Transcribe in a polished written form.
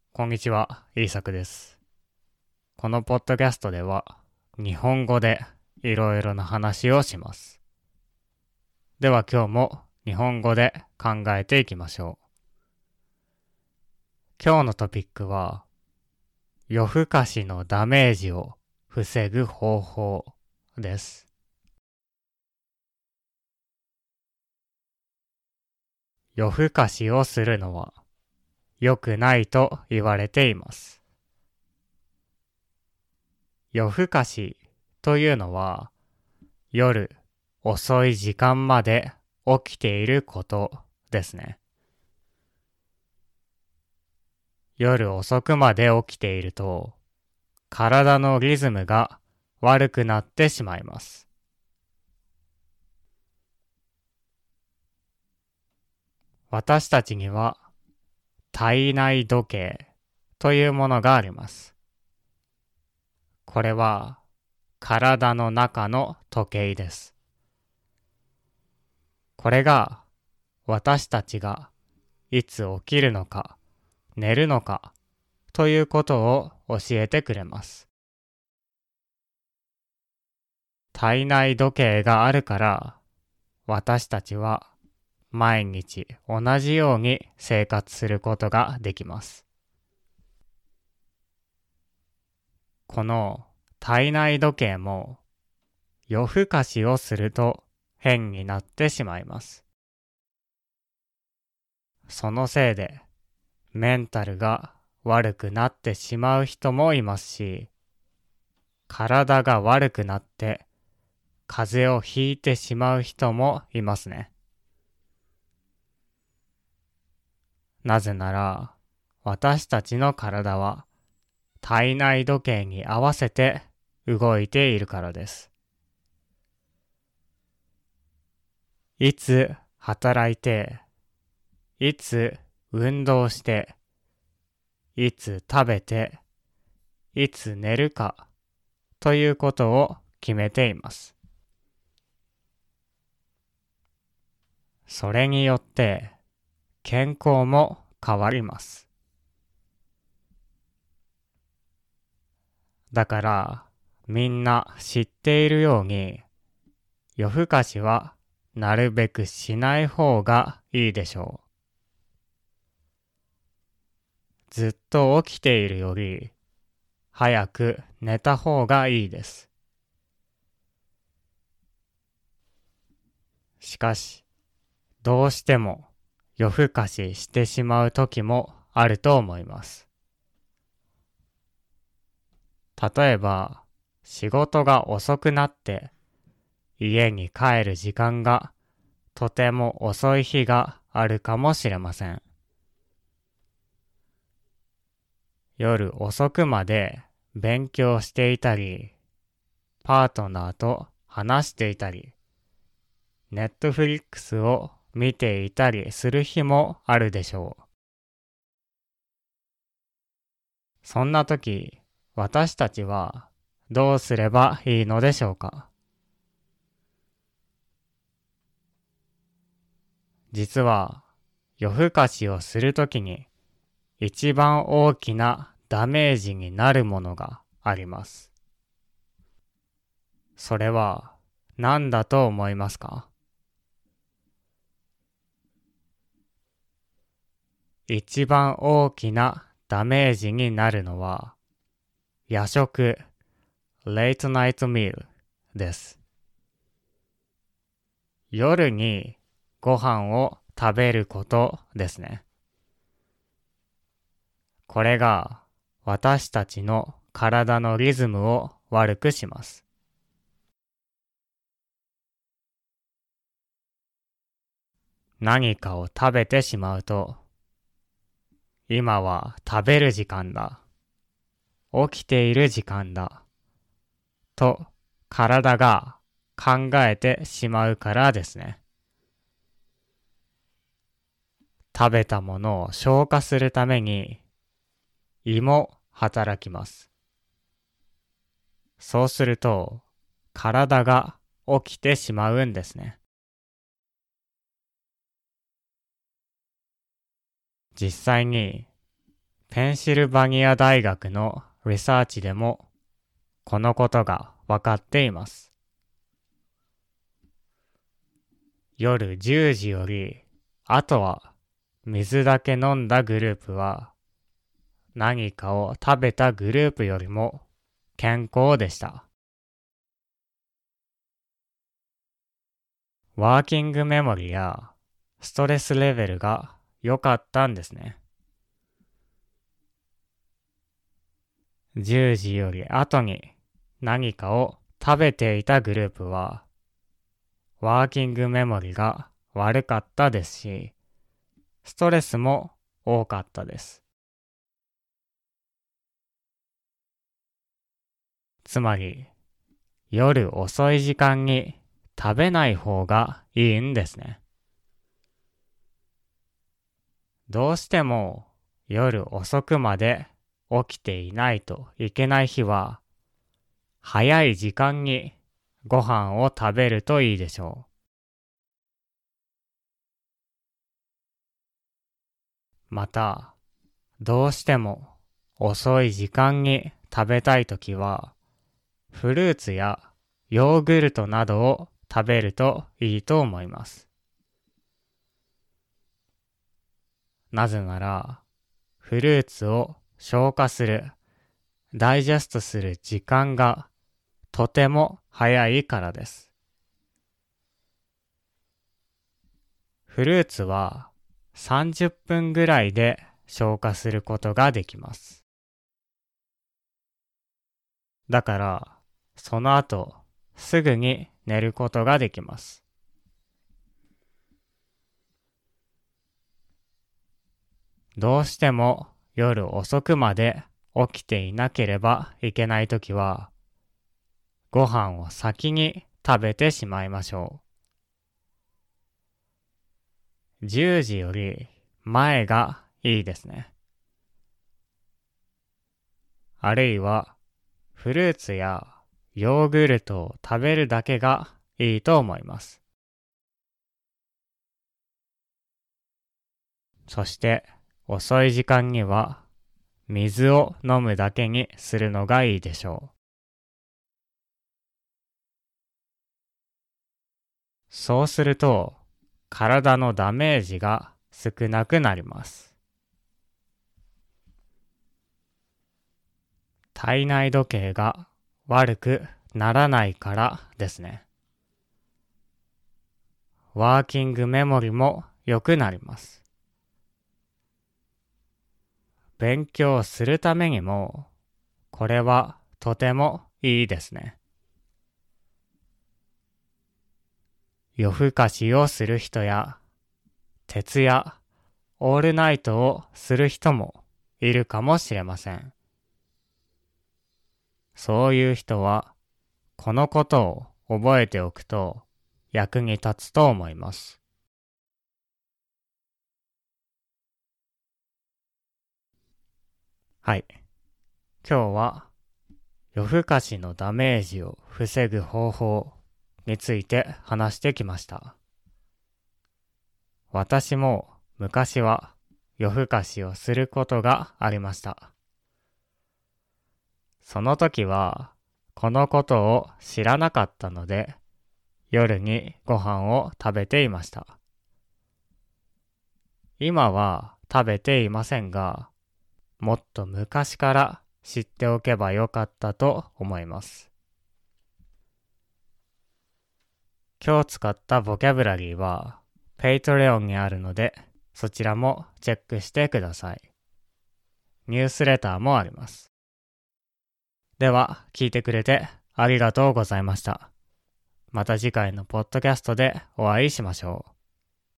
こんにちは、イーサクです。このポッドキャストでは、日本語でいろいろな話をします。では今日も日本語で考えていきましょう。今日のトピックは、夜更かしのダメージを防ぐ方法です。夜更かしをするのは良くないと言われています。夜更かしというのは、夜遅い時間まで起きていることですね。夜遅くまで起きていると、体のリズムが悪くなってしまいます。私たちには体内時計というものがあります。これは体の中の時計です。これが私たちがいつ起きるのか寝るのかということを教えてくれます。体内時計があるから私たちは毎日同じように生活することができます。この体内時計も夜更かしをすると変になってしまいます。そのせいでメンタルが悪くなってしまう人もいますし、体が悪くなって風邪をひいてしまう人もいますね。なぜなら私たちの体は体内時計に合わせて動いているからです。いつ働いて、いつ運動して、いつ食べて、いつ寝るかということを決めています。それによって健康も変わります。だからみんな知っているように夜更かしはなるべくしない方がいいでしょう。ずっと起きているより早く寝た方がいいです。しかしどうしても夜更かししてしまう時もあると思います。例えば仕事が遅くなって家に帰る時間がとても遅い日があるかもしれません。夜遅くまで勉強していたり、パートナーと話していたり、ネットフリックスを見ていたりする日もあるでしょう。そんな時、私たちはどうすればいいのでしょうか。実は夜更かしをするときに一番大きなダメージになるものがあります。それは何だと思いますか？一番大きなダメージになるのは夜食 Late Night Meal です。夜にご飯を食べることですね。これが私たちの体のリズムを悪くします。何かを食べてしまうと、今は食べる時間だ、起きている時間だ、と体が考えてしまうからですね。食べたものを消化するために胃も働きます。そうすると体が起きてしまうんですね。実際にペンシルバニア大学のリサーチでもこのことが分かっています。夜10時より後は水だけ飲んだグループは何かを食べたグループよりも健康でした。ワーキングメモリやストレスレベルが良かったんですね。10時より後に何かを食べていたグループはワーキングメモリが悪かったですし、ストレスも多かったです。つまり、夜遅い時間に食べない方がいいんですね。どうしても夜遅くまで起きていないといけない日は、早い時間にご飯を食べるといいでしょう。また、どうしても遅い時間に食べたいときは、フルーツやヨーグルトなどを食べるといいと思います。なぜなら、フルーツを消化する、ダイジェストする時間がとても早いからです。フルーツは30分ぐらいで消化することができます。だから、その後、すぐに寝ることができます。どうしても夜遅くまで起きていなければいけないときは、ご飯を先に食べてしまいましょう。10時より前がいいですね。あるいは、フルーツやヨーグルトを食べるだけがいいと思います。そして、遅い時間には水を飲むだけにするのがいいでしょう。そうすると体のダメージが少なくなります。体内時計が悪くならないからですね。ワーキングメモリも良くなります。勉強するためにも、これはとてもいいですね。夜更かしをする人や、徹夜、オールナイトをする人もいるかもしれません。そういう人は、このことを覚えておくと役に立つと思います。はい。今日は夜更かしのダメージを防ぐ方法について話してきました。私も昔は夜更かしをすることがありました。その時はこのことを知らなかったので、夜にご飯を食べていました。今は食べていませんが、もっと昔から知っておけばよかったと思います。今日使ったボキャブラリーは Patreon にあるので、そちらもチェックしてください。ニュースレターもあります。では、聞いてくれてありがとうございました。また次回のポッドキャストでお会いしましょう。